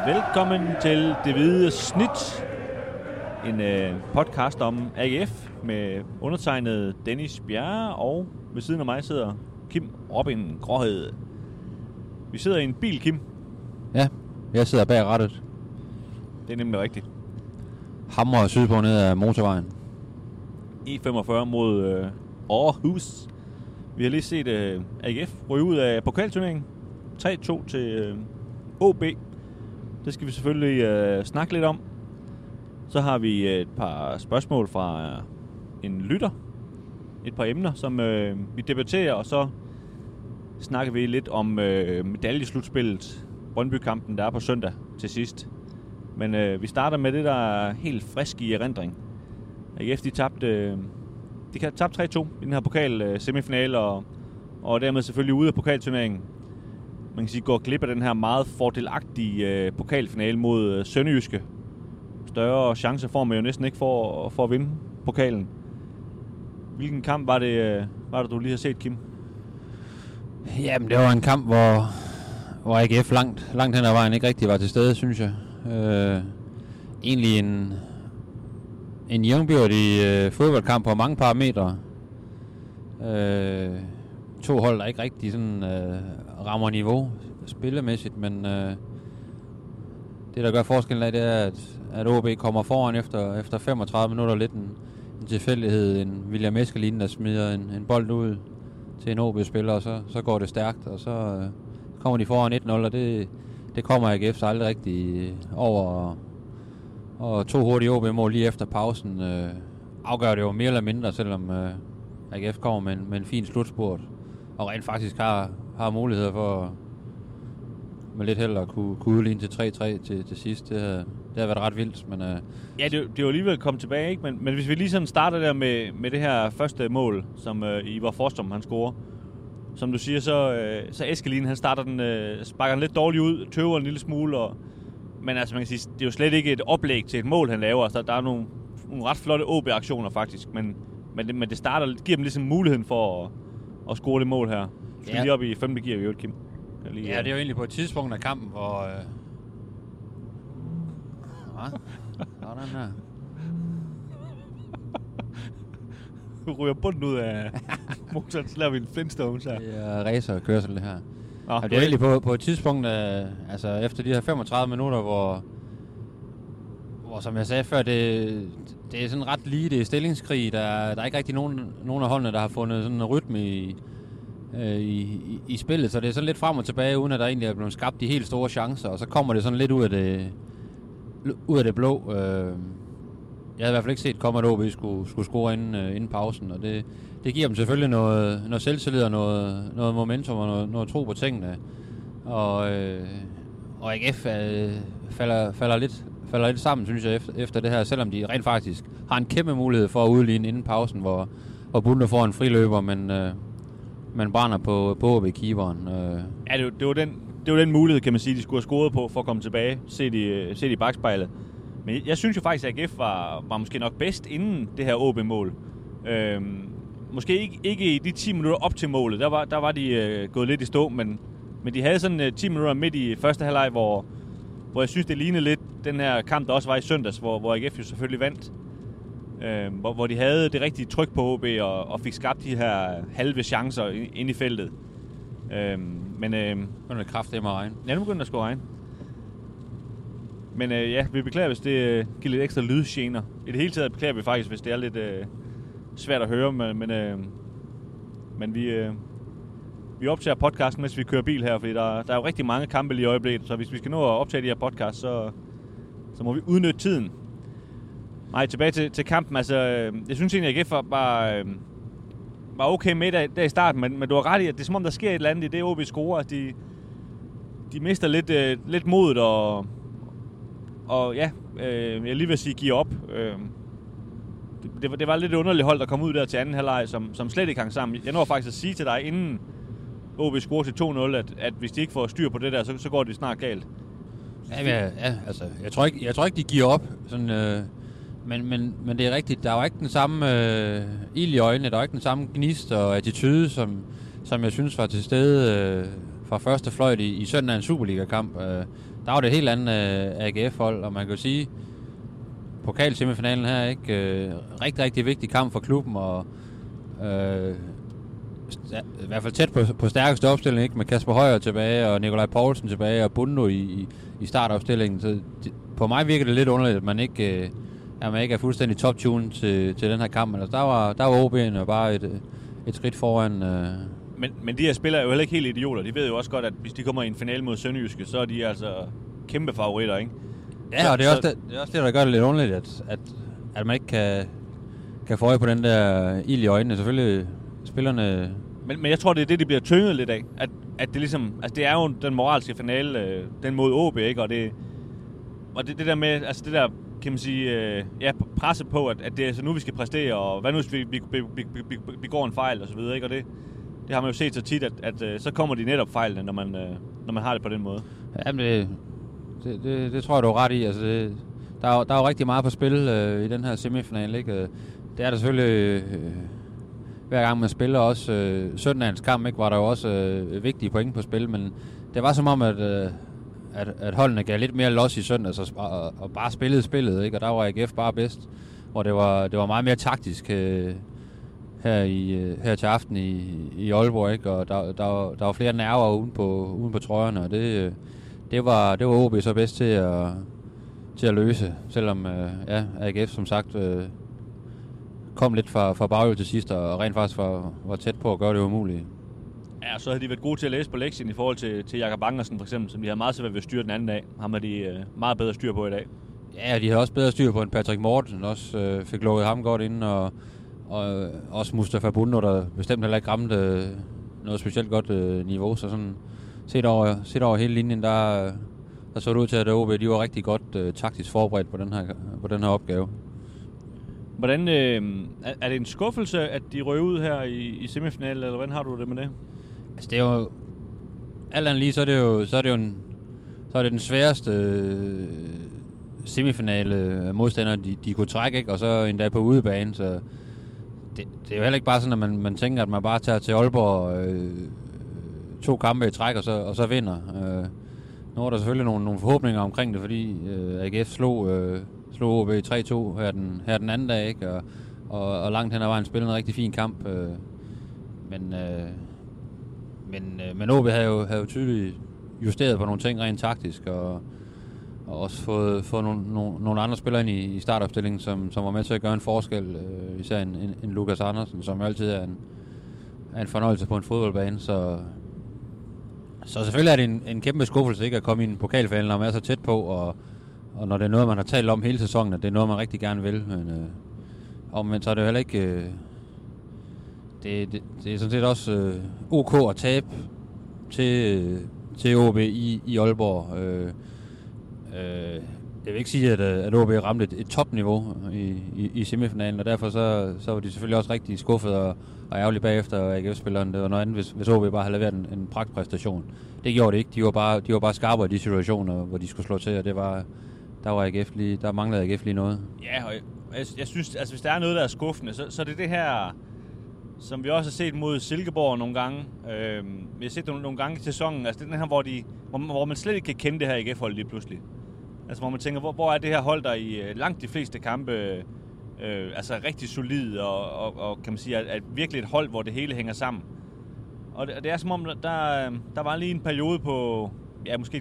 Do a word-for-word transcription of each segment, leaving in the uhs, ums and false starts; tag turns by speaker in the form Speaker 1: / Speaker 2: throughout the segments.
Speaker 1: Velkommen til Det Hvide Snit, en øh, podcast om A G F med undertegnet Dennis Bjerre, og ved siden af mig sidder Kim Robin Gråhed. Vi sidder i en bil, Kim.
Speaker 2: Ja, jeg sidder bag rattet.
Speaker 1: Det er nemlig rigtigt.
Speaker 2: Hamrer sydpå ned ad motorvejen.
Speaker 1: E femogfyrre mod øh, Aarhus. Vi har lige set øh, A G F ryge ud af pokalturneringen. tre to til øh, O B. Det skal vi selvfølgelig øh, snakke lidt om. Så har vi et par spørgsmål fra øh, en lytter. Et par emner, som øh, vi debatterer, og så snakker vi lidt om øh, medaljeslutspillet. Brøndby-kampen, der er på søndag til sidst. Men øh, vi starter med det, der er helt frisk i erindring. A G F, de tabte, øh, de tabte tre to i den her pokal-semifinale, og, og dermed selvfølgelig ude af pokalturneringen. Man kan sige, går glip af den her meget fordelagtige øh, pokalfinale mod øh, Sønderjyske. Større chancer får man jo næsten ikke for, for at vinde pokalen. Hvilken kamp var det, øh, var det, du lige har set, Kim?
Speaker 2: Jamen, det var en kamp, hvor, hvor A G F langt, langt hen ad vejen ikke rigtig var til stede, synes jeg. Øh, egentlig en, en jævnbyrdig øh, fodboldkamp på mange parametre. Øh, to hold, der ikke rigtig sådan, øh, rammer niveau spillemæssigt, men øh, det, der gør forskellen af, det er, at, at O B kommer foran efter, efter femogtredive minutter, lidt en, en tilfældighed, en William Eskelin, der smider en, en bold ud til en O B-spiller, og så, så går det stærkt, og så øh, kommer de foran et nul, og det, det kommer A G F så aldrig rigtig over, og, og to hurtige O B-mål lige efter pausen øh, afgør det jo mere eller mindre, selvom øh, A G F kommer med en, med en fin slutspurt, og rent faktisk har, har muligheder for med lidt held at kunne, kunne udligne til tre tre til, til sidst. Det har, det har været ret vildt, men... Øh,
Speaker 1: ja, det, det er jo alligevel kommet tilbage, ikke? Men, men hvis vi lige sådan starter der med, med det her første mål, som øh, Ivar Forstom, han scorer. Som du siger, så, øh, så Eskelin, han starter den, øh, sparker den lidt dårligt ud, tøver en lille smule, og, men altså man kan sige, det er jo slet ikke et oplæg til et mål, han laver. Altså, der er nogle, nogle ret flotte O B-aktioner faktisk, men, men, det, men det starter, giver dem ligesom muligheden for at, at score det mål her. Så ja. Lige op i femte gear, vi jo, Kim.
Speaker 2: Lige, ja, det er jo egentlig på et tidspunkt af kampen, hvor... Øh... Hvad? Sådan her.
Speaker 1: Du ryger bunden ud af motoren, så laver vi en Flintstones her.
Speaker 2: Det er racerkørsel, det her.
Speaker 1: Nå,
Speaker 2: ja, det er egentlig på, på et tidspunkt, af, altså efter de her femogtredive minutter, hvor... Hvor, som jeg sagde før, det, det er sådan ret lige, det er stillingskrig. Der, der er ikke rigtig nogen, nogen af holdene, der har fundet sådan en rytme i... I, i, i spillet, så det er sådan lidt frem og tilbage, uden at der egentlig er blevet skabt de helt store chancer, og så kommer det sådan lidt ud af det ud af det blå. Øh, jeg havde i hvert fald ikke set komme, at O B skulle, skulle score inden, uh, inden pausen, og det, det giver dem selvfølgelig noget, noget selvtillid og noget, noget momentum og noget, noget tro på tingene, og, øh, og A G F øh, falder, falder, lidt, falder lidt sammen, synes jeg, efter, efter det her, selvom de rent faktisk har en kæmpe mulighed for at udligne inden pausen, hvor, hvor Bunde får en friløber, men øh, man brænder på, på O B-keeperen. Øh.
Speaker 1: Ja, det, det, var den, det var den mulighed, kan man sige, de skulle have scoret på for at komme tilbage, set i, set i bagspejlet. Men jeg synes jo faktisk, at A G F var, var måske nok bedst inden det her O B-mål. Øhm, måske ikke, ikke i de ti minutter op til målet, der var, der var de øh, gået lidt i stå, men, men de havde sådan øh, ti minutter midt i første halvleg, hvor, hvor jeg synes, det lignede lidt den her kamp, der også var i søndags, hvor, hvor A G F jo selvfølgelig vandt. Øh, hvor, hvor de havde det rigtige tryk på O B og, og fik skabt de her halve chancer ind i feltet. Øh, men øh,
Speaker 2: begyndte det kraftigt med regn.
Speaker 1: Ja, nu begyndte der at skulle regne. Men øh, ja, vi beklager, hvis det øh, giver lidt ekstra lydgener. I det hele taget beklager vi faktisk, hvis det er lidt øh, svært at høre, men, men, øh, men vi, øh, vi optager podcasten, mens vi kører bil her, fordi der, der er jo rigtig mange kampe lige i øjeblikket, så hvis vi skal nå at optage de her podcast, så, så må vi udnytte tiden. Nej, tilbage til, til kampen. Altså, øh, jeg synes egentlig, at A G F var, var, øh, var okay med der, der i starten, men, men du har ret i, at det er som om, der sker et eller andet i det, O B scorer. De, de mister lidt, øh, lidt modet, og, og ja, øh, jeg lige vil sige, giver op. Øh, det, det, var, det var lidt et underligt hold, der kom ud der til anden halvleg, som, som slet ikke hang sammen. Jeg når faktisk at sige til dig, inden O B scorer til to nul, at, at hvis de ikke får styr på det der, så, så går det snart galt.
Speaker 2: Ja, ja, altså, jeg tror ikke, jeg tror ikke de giver op. Sådan, øh, men, men, men det er rigtigt, der var ikke den samme øh, ild i øjnene, der var ikke den samme gnist og attitude, som, som jeg synes var til stede øh, fra første fløjt i, i søndagens Superliga-kamp. Øh, der var det helt andet øh, A G F-hold, og man kan jo sige, pokalsemifinalen her, ikke? Øh, rigtig, rigtig vigtig kamp for klubben, og øh, i hvert fald tæt på, på stærkeste opstilling, ikke? Med Kasper Højer tilbage, og Nikolaj Poulsen tilbage, og Bundo i, i, i startopstillingen. Så de, på mig virker det lidt underligt, at man ikke, øh, at man ikke er fuldstændig top-tune til, til den her kamp. Men altså, der var, der var O B'en og bare et, et skridt foran. Øh.
Speaker 1: Men, men de her spillere er jo heller ikke helt idioter. De ved jo også godt, at hvis de kommer i en finale mod Sønderjyske, så er de altså kæmpe favoritter, ikke?
Speaker 2: Ja, så, og det er, så, også det, det er også det, der gør det lidt underligt, at, at, at man ikke kan, kan få øje på den der ild i øjnene. Selvfølgelig spillerne...
Speaker 1: Men, men jeg tror, det er det, de bliver tynget lidt af. At, at det ligesom... Altså, det er jo den moralske finale, øh, den mod O B, ikke? Og det, og det, det der med... Altså, det der, kan man sige... Øh, ja, presse på, at, at det er så nu, vi skal præstere, og hvad nu, hvis vi, vi, vi, vi, vi, vi går en fejl, og så videre, ikke? Og det, det har man jo set så tit, at, at, at så kommer de netop fejlene, når man, øh, når man har det på den måde.
Speaker 2: Jamen, det, det, det, det tror jeg, du er ret i. Altså, det, der, er, der er jo rigtig meget på spil øh, i den her semifinale, ikke? Det er der selvfølgelig... Øh, hver gang man spiller også øh, søndagens kamp, ikke, var der jo også øh, vigtige point på spil, men det var som om, at, øh, at, at holdene gav lidt mere los i søndags og, og, og bare spillede spillet, ikke? Og der var A G F bare bedst, hvor det var, det var meget mere taktisk øh, her, i, øh, her til aften i, i Aalborg, ikke? Og der, der, var, der var flere nerver uden på, uden på trøjerne, og det, øh, det, var, det var O B så bedst til at, til at løse, selvom øh, ja, A G F som sagt... Øh, kom lidt fra, fra baghjul til sidst, og rent faktisk var, var tæt på at gøre det umuligt.
Speaker 1: Ja, så havde de været gode til at læse på lektien i forhold til, til Jakob Angersen for eksempel, som de havde meget svært ved at styre den anden dag. Ham har de øh, meget bedre styr på i dag.
Speaker 2: Ja, de havde også bedre styr på end Patrick Mortensen, også øh, fik lukket ham godt ind, og, og øh, også Mustafa Bundo, der bestemt heller ikke ramte øh, noget specielt godt øh, niveau, så sådan set over, set over hele linjen, der, der så det ud til, at O B de var rigtig godt øh, taktisk forberedt på den her, på den her opgave.
Speaker 1: Hvordan, øh, er det en skuffelse, at de røg ud her i, i semifinalen, eller hvordan har du det med det?
Speaker 2: Altså det er jo, alt andet lige, så er det jo, så er det jo en, så er det den sværeste øh, semifinale modstander, de, de kunne trække, ikke? Og så endda på udebane, så det, det er jo heller ikke bare sådan, at man, man tænker, at man bare tager til Aalborg øh, to kampe i træk, og så, og så vinder. Øh, nu er der selvfølgelig nogle, nogle forhåbninger omkring det, fordi øh, A G F slog... Øh, slog O B tre to her den, her den anden dag, ikke? Og, og, og langt hen ad vejen spillede en rigtig fin kamp. Øh, men, øh, men, øh, men O B havde jo, havde jo tydeligt justeret på nogle ting rent taktisk, og, og også fået, fået nogle, nogle, nogle andre spillere ind i, i startopstillingen, som, som var med til at gøre en forskel. Øh, især en, en, en Lukas Andersen, som altid er en, er en fornøjelse på en fodboldbane. Så, så selvfølgelig er det en, en kæmpe skuffelse, ikke? At komme i en pokalfinale, når man er så tæt på, og Og når det er noget, man har talt om hele sæsonen, at det er noget, man rigtig gerne vil. Men øh, omvendt så er det jo heller ikke... Øh, det, det, det er sådan set også øh, ok at tabe til, øh, til O B i, i Aalborg. Øh, øh, jeg vil ikke sige, at, at O B ramte et, et topniveau i, i, i semifinalen, og derfor så, så var de selvfølgelig også rigtig skuffet og, og ærgerlige bagefter A G F-spilleren. Det var noget andet, hvis, hvis O B bare havde leveret en, en pragtpræstation. Det gjorde det ikke. De var bare, de var bare skarpere i de situationer, hvor de skulle slå til, og det var... Der var A G F lige, der manglede A G F lige noget.
Speaker 1: Ja, og jeg, jeg, jeg synes, altså hvis der er noget, der er skuffende, så, så er det det her, som vi også har set mod Silkeborg nogle gange. Øhm, vi har set nogle, nogle gange i sæsonen, altså den her, hvor, de, hvor, hvor man slet ikke kan kende det her A G F-hold lige pludselig. Altså hvor man tænker, hvor, hvor er det her hold, der i langt de fleste kampe øh, altså rigtig solid, og, og, og kan man sige, at, at virkelig et hold, hvor det hele hænger sammen. Og det, og det er som om, der, der var lige en periode på... Ja, måske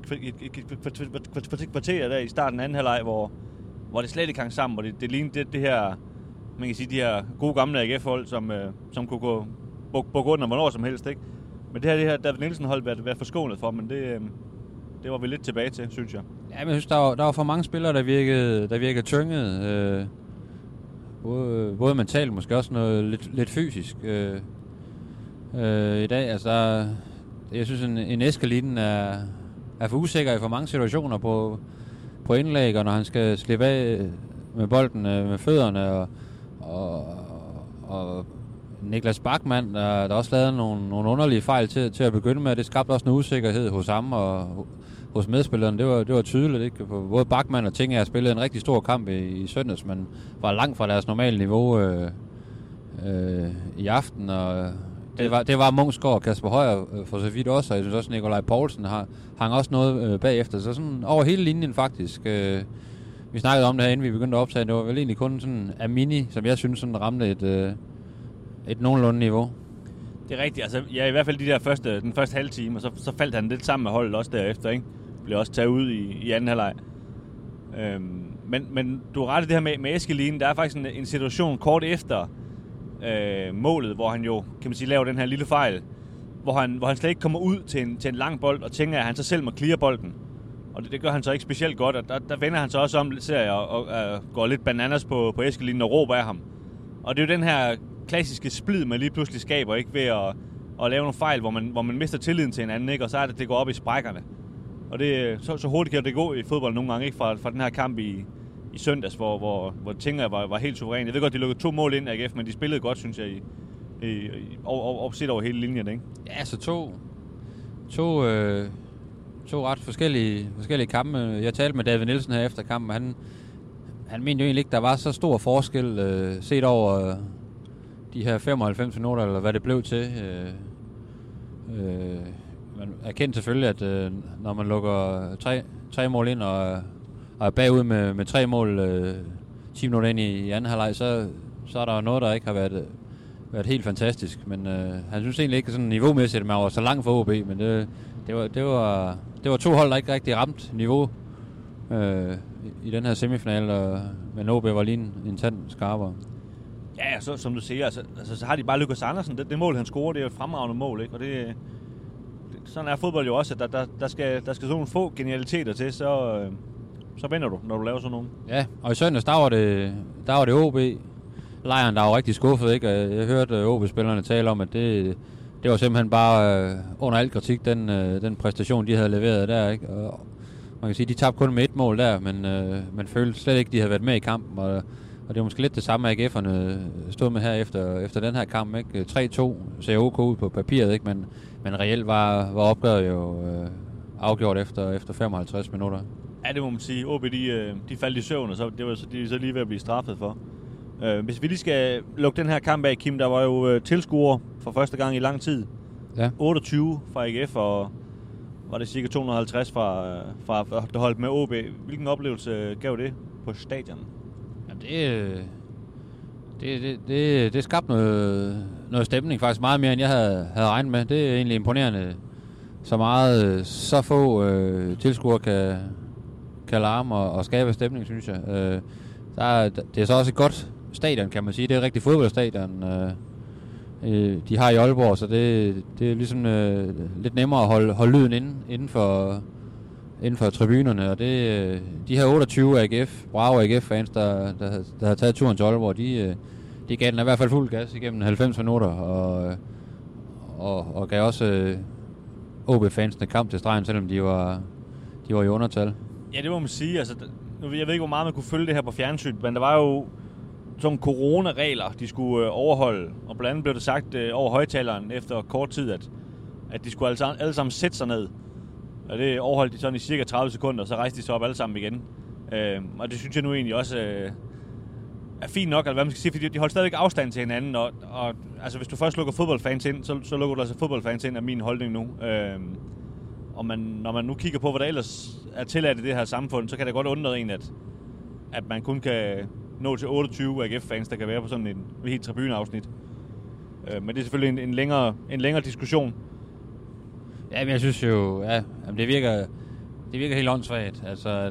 Speaker 1: et kvarter der i starten af anden halvleg, hvor, hvor det slet ikke hang sammen, hvor det, det lignede det, det her, man kan sige, de her gode gamle A G F-hold, som, øh, som kunne gå bukke under hvornår som helst, ikke? Men det her, det her David Nielsen-hold været, været forskånet for, men det, øh, det var vi lidt tilbage til, synes jeg.
Speaker 2: Ja, men jeg synes, der var, der var for mange spillere, der virkede, der virkede tynget. Øh, både, både mentalt, måske også noget lidt, lidt fysisk. Øh, øh, I dag, altså, der, jeg synes, en, en Eskelinen er... er for usikker i for mange situationer på, på indlæg, og når han skal slippe af med bolden med fødderne, og, og, og Niklas Bachmann, der, der også lavede nogle, nogle underlige fejl til, til at begynde med, det skabte også en usikkerhed hos ham og hos medspilleren. Det var, det var tydeligt, ikke? Både Bachmann og Tinge har spillet en rigtig stor kamp i, i søndags, men var langt fra deres normale niveau øh, øh, i aften, og Det var, det var Munchsgaard og Kasper Højer for så vidt også, og jeg synes også, Nikolaj Poulsen har, hang også noget øh, bagefter. Så sådan over hele linjen faktisk. Øh, vi snakkede om det her, inden vi begyndte at optage. Det var vel egentlig kun sådan Amini, som jeg synes sådan ramte et, øh, et nogenlunde niveau.
Speaker 1: Det er rigtigt. Altså, ja, i hvert fald de der første, den første halve time, og så, så faldt han lidt sammen med holdet også derefter, ikke? Blev også taget ud i, i anden halvleg. Øhm, men, men du har ret i det her med, med Eskelinen. Der er faktisk en, en situation kort efter øh, målet, hvor han jo, kan man sige, laver den her lille fejl, hvor han, hvor han slet ikke kommer ud til en, til en lang bold, og tænker, at han så selv må clear bolden. Og det, det gør han så ikke specielt godt, og der, der vender han så også om, ser jeg, og, og, og går lidt bananas på, på Eskelinen og råber af ham. Og det er jo den her klassiske splid, man lige pludselig skaber, ikke, ved at, at lave nogle fejl, hvor man, hvor man mister tilliden til hinanden, ikke, og så er det, det går op i sprækkerne. Og det, så, så hurtigt kan det gå i fodbold nogle gange, ikke, fra, fra den her kamp i, i søndags, hvor, hvor, hvor Tinger var, var helt suveræn. Jeg ved godt, de lukkede to mål ind af A G F, men de spillede godt, synes jeg, i, i, i, over, over, set over hele linjen, ikke?
Speaker 2: Ja, så to, to, øh, to ret forskellige, forskellige kampe. Jeg talte med David Nielsen her efter kampen. Han, han mente jo egentlig ikke, der var så stor forskel øh, set over øh, de her femoghalvfems minutter, eller hvad det blev til. Øh, øh, man erkendte selvfølgelig, at øh, når man lukker tre, tre mål ind og, og er bagud med, med tre mål øh, ti minutter ind i, i anden halvleg, så, så er der jo noget, der ikke har været, været helt fantastisk. Men øh, han synes egentlig ikke sådan niveaumæssigt, at man var så langt for O B, men det, det, var, det, var, det var to hold, der ikke rigtig ramt niveau øh, i, i den her semifinal, og, men O B var lige en, en tand skarpere.
Speaker 1: Ja, så, som du siger, altså, altså, så har de bare Lukas Andersen. Det, det mål, han scorer, det er jo et fremragende mål, ikke? Og det, det, sådan er fodbold jo også, at der, der, der, skal, der skal sådan nogle få genialiteter til, så, øh, så vinder du, når du laver sådan nogle.
Speaker 2: Ja, og i søndags, der var det, der var det O B. Lejren, der var rigtig skuffet, ikke? Jeg hørte O B-spillerne tale om, at det, det var simpelthen bare øh, under al kritik, den, øh, den præstation, de havde leveret der, ikke? Og man kan sige, de tabte kun med et mål der, men øh, man følte slet ikke, de havde været med i kampen, og Og det er måske lidt det samme, A G F'erne stod med her efter, efter den her kamp, ikke? tre to ser OK ud på papiret, ikke? Men, men reelt var, var opgøret jo øh, afgjort efter, efter femoghalvtreds minutter.
Speaker 1: Ja, det må man sige. O B, de, de faldt i søvn, og så, det var så, de så lige ved at blive straffet for. Uh, hvis vi lige skal lukke den her kamp af, Kim, der var jo uh, tilskuere for første gang i lang tid.
Speaker 2: Ja.
Speaker 1: otteogtyve fra A G F, og var det cirka to hundrede og halvtreds fra, fra, fra det holdt med O B. Hvilken oplevelse gav det på stadion?
Speaker 2: Det, det, det, det, det skabte noget, noget stemning, faktisk meget mere, end jeg havde, havde regnet med. Det er egentlig imponerende, så meget, så få øh, tilskuere kan, kan larme og, og skabe stemning, synes jeg. Øh, der er, det er så også et godt stadion, kan man sige. Det er et rigtigt fodboldstadion, øh, øh, de har i Aalborg, så det, det er ligesom øh, lidt nemmere at holde, holde lyden inden, inden for... inden for tribunerne, og det, de her otteogtyve A G F, brave A G F-fans, der, der, der har taget turen til Aalborg, de, de gav den i hvert fald fuld gas igennem halvfems minutter, og, og, og gav også O B-fansene kamp til stregen, selvom de var, de var i undertal.
Speaker 1: Ja, det må man sige. Altså, jeg ved ikke, hvor meget man kunne følge det her på fjernsyn, men der var jo sådan coronaregler, de skulle overholde, og blandt andet blev det sagt over højtaleren efter kort tid, at, at de skulle alle sammen, alle sammen sætte sig ned. Og det overholdt de sådan i cirka tredive sekunder, og så rejste de så op alle sammen igen. Øh, og det synes jeg nu egentlig også øh, er fint nok, eller hvad man skal sige, fordi de holder stadigvæk afstand til hinanden. Og, og altså, hvis du først lukker fodboldfans ind, så, så lukker du altså fodboldfans ind, er min holdning nu. Øh, og man, når man nu kigger på, hvad der ellers er tilladt i det her samfund, så kan det godt undre en, at, at man kun kan nå til otteogtyve A G F-fans, der kan være på sådan en helt tribuneafsnit. Øh, men det er selvfølgelig en, en, længere, en længere diskussion.
Speaker 2: Ja, men jeg synes jo, ja, det virker, det virker helt åndssvagt, altså at,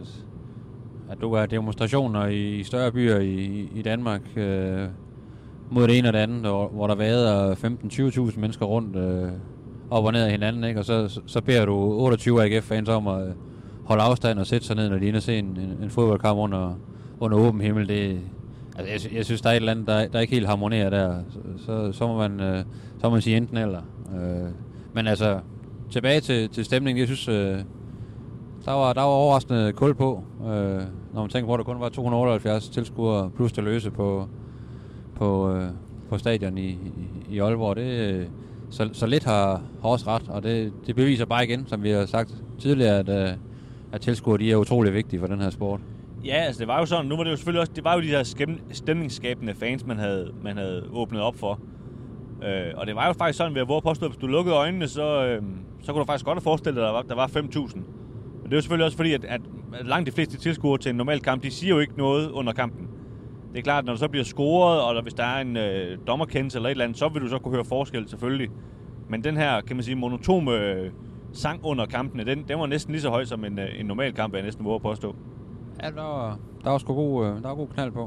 Speaker 2: at du har demonstrationer i større byer i, i Danmark øh, mod det ene og det andet, hvor, hvor der vader femten til tyve tusind mennesker rundt øh, op og ned af hinanden, ikke? Og så, så, så beder du otteogtyve A G F-fans om at holde afstand og sætte sig ned, når de er inde og se en, en, en fodboldkamp under, under åben himmel. Det, altså jeg, jeg synes, der er et eller andet, der, der ikke helt harmonerer der, så, så, så, må man, øh, så må man sige enten eller. Øh, men altså... Tilbage til, til stemningen, jeg synes, øh, der, var, der var overraskende kul på, øh, når man tænker på, at der kun var to hundrede og otteoghalvfjerds tilskuere plus det løse på, på, øh, på stadion i, i, i Aalborg. Det, så, så lidt har, har også ret, og det, det beviser bare igen, som vi har sagt tidligere, at, øh, at tilskuere de er utrolig vigtige for den her sport.
Speaker 1: Ja, altså det var jo sådan, nu var det jo selvfølgelig også, det var jo de her stemningsskabende fans, man havde, man havde åbnet op for. Øh, og det var jo faktisk sådan, ved at våge påstå, at hvis du lukkede øjnene, så, øh, så kunne du faktisk godt have forestillet dig, at der var, der var fem tusind. Men det er jo selvfølgelig også fordi, at, at langt de fleste tilskuere til en normal kamp, de siger jo ikke noget under kampen. Det er klart, at når der så bliver scoret, og der, hvis der er en øh, dommerkendelse eller et eller andet, så vil du så kunne høre forskel selvfølgelig. Men den her, kan man sige, monotome øh, sang under kampene, den, den var næsten lige så høj som en, øh, en normal kamp, vil jeg næsten våge påstå.
Speaker 2: Ja, der var, der var sgu god, øh, der var god knald på.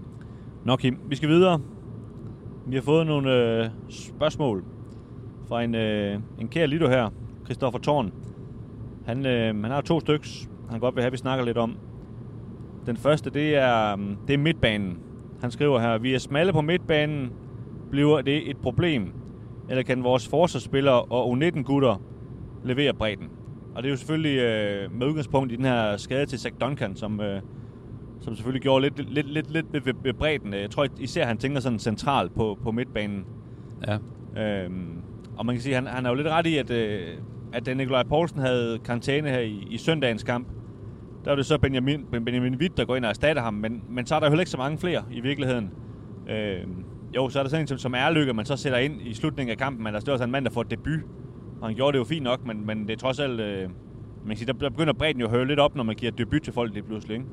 Speaker 1: Nå Kim, vi skal videre. Vi har fået nogle øh, spørgsmål fra en, øh, en kære lytter her, Christoffer Thorn. Han, øh, han har to styks, han godt vil have, at vi snakker lidt om. Den første, det er, det er midtbanen. Han skriver her, vi er smalle på midtbanen, bliver det et problem? Eller kan vores forsvarsspillere og U nitten-gutter levere bredden? Og det er jo selvfølgelig øh, med udgangspunkt i den her skade til Zach Duncan, som, øh, som selvfølgelig gjorde lidt, lidt, lidt, lidt ved, ved bredden. Jeg tror især, han tænker sådan centralt på, på midtbanen.
Speaker 2: Ja.
Speaker 1: Øhm, og man kan sige, han, han er jo lidt ret i, at, øh, at Nikolaj Poulsen havde karantæne her i, i søndagens kamp. Der var det så Benjamin, Benjamin Witt, der går ind og erstatter ham, men, men så er der jo heller ikke så mange flere i virkeligheden. Øhm, jo, så er der sådan en som, som Erløkke, man så sætter ind i slutningen af kampen, men der står også en mand, der får debut. Og han gjorde det jo fint nok, men, men det er trods alt, øh, man kan sige, der begynder bredden jo at høre lidt op, når man giver debut til folk lige pludselig, ikke?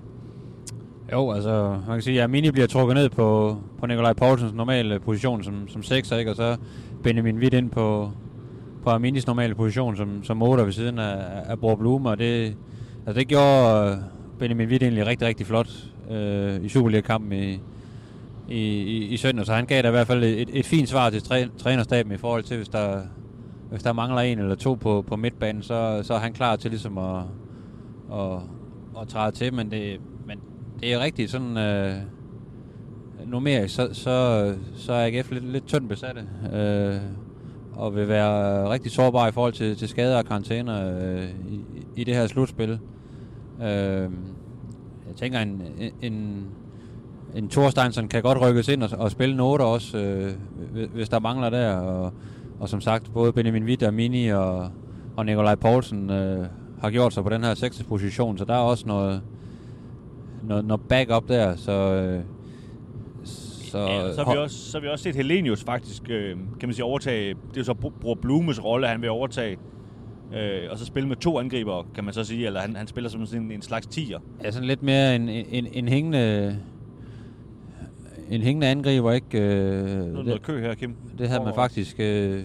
Speaker 2: Jo, altså, man kan sige, at Armini bliver trukket ned på, på Nikolaj Poulsens normale position som, som sekser, ikke? Og så Benjamin Witt ind på, på Arminis normale position som, som otter ved siden af, af Bror Blume, og det, altså, det gjorde Benjamin Witt egentlig rigtig, rigtig flot øh, i Superliga-kampen i, i, i, i søndag, så han gav da i hvert fald et, et fint svar til træ, trænerstaben i forhold til, hvis der, hvis der mangler en eller to på, på midtbanen, så, så er han klar til ligesom at, at, at træde til, men det, men det er rigtigt sådan øh, numerisk, så, så, så er A G F lidt, lidt tyndt besatte, øh, og vil være rigtig sårbar i forhold til, til skader og karantæner øh, i, i det her slutspil. Øh, jeg tænker, en, en, en Thorsteinsson kan godt rykkes ind og, og spille noter også, øh, hvis der mangler der, og, og som sagt, både Benjamin Witt og Mini og, og Nikolaj Poulsen øh, har gjort sig på den her sekste position, så der er også noget noget, noget backup der, så øh, så,
Speaker 1: ja, så, har vi også, så har vi også set Helenius faktisk, øh, kan man sige, overtage, det er jo så Bror Blumes rolle, han vil overtage, øh, og så spille med to angriber, kan man så sige, eller han, han spiller som sådan en, en slags tier.
Speaker 2: Ja, sådan lidt mere en, en, en hængende en hængende angriber, ikke? Øh,
Speaker 1: noget, noget kø her, Kim.
Speaker 2: Det havde man faktisk øh,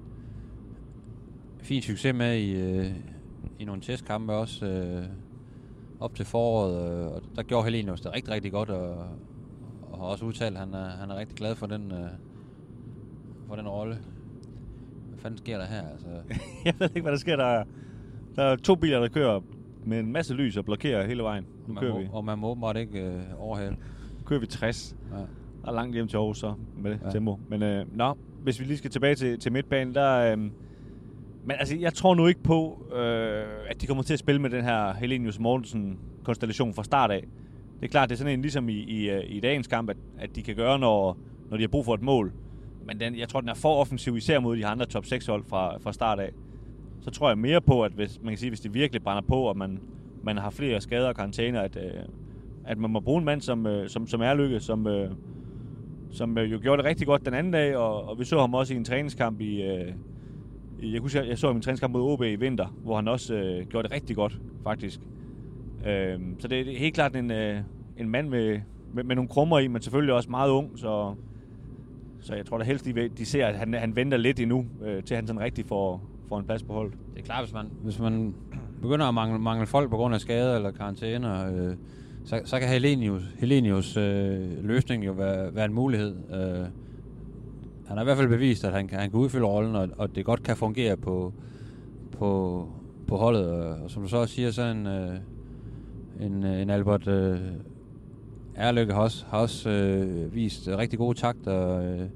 Speaker 2: fin succes med i, øh, i nogle testkampe også, øh, op til foråret, øh, og der gjorde Helenius det rigtig, rigtig godt, og, og har også udtalt, at han er, han er rigtig glad for den, øh, for den rolle. Hvad fanden sker der her? Altså?
Speaker 1: Jeg ved ikke, hvad der sker. Der er, der er to biler, der kører med en masse lys og blokerer hele vejen. Nu
Speaker 2: man
Speaker 1: kører
Speaker 2: må,
Speaker 1: vi.
Speaker 2: Og man må åbenbart ikke øh, overhale.
Speaker 1: Nu kører vi tres. Ja. Der er langt hjem til Aarhus så med det ja. tempo. Men øh, nå, hvis vi lige skal tilbage til, til midtbanen, der... Øh, men altså, jeg tror nu ikke på, øh, at de kommer til at spille med den her Helenius Mortensen-konstellation fra start af. Det er klart, det er sådan en ligesom i, i, i dagens kamp, at, at de kan gøre, når, når de har brug for et mål. Men den, jeg tror, den er for offensiv, især mod de andre top seks hold fra, fra start af. Så tror jeg mere på, at hvis, man kan sige, hvis de virkelig brænder på, og man, man har flere skader og karantæner, at, øh, at man må bruge en mand som, øh, som, som Erløkke, som, øh, som øh, jo gjorde det rigtig godt den anden dag, og, og vi så ham også i en træningskamp i... Øh, Jeg, kunne, jeg, jeg så min træningskamp mod O B i vinter, hvor han også øh, gjorde det rigtig godt, faktisk. Øh, så det, det er helt klart en, øh, en mand med, med, med nogle krummer i, men selvfølgelig også meget ung, så, så jeg tror da helst, de, de ser, at han, han venter lidt endnu, øh, til han sådan rigtig får, får en plads på holdet.
Speaker 2: Det er klart, hvis man, hvis man begynder at mangle, mangle folk på grund af skader eller karantæner, øh, så, så kan Helenius, Helenius øh, løsning jo være, være en mulighed. Øh, Han har i hvert fald bevist, at han kan, han kan udfylde rollen, og, og det godt kan fungere på, på, på holdet. Og, og som du så også siger, så en, øh, en, en Albert øh, Erløkke har også, har også øh, vist rigtig gode takter øh,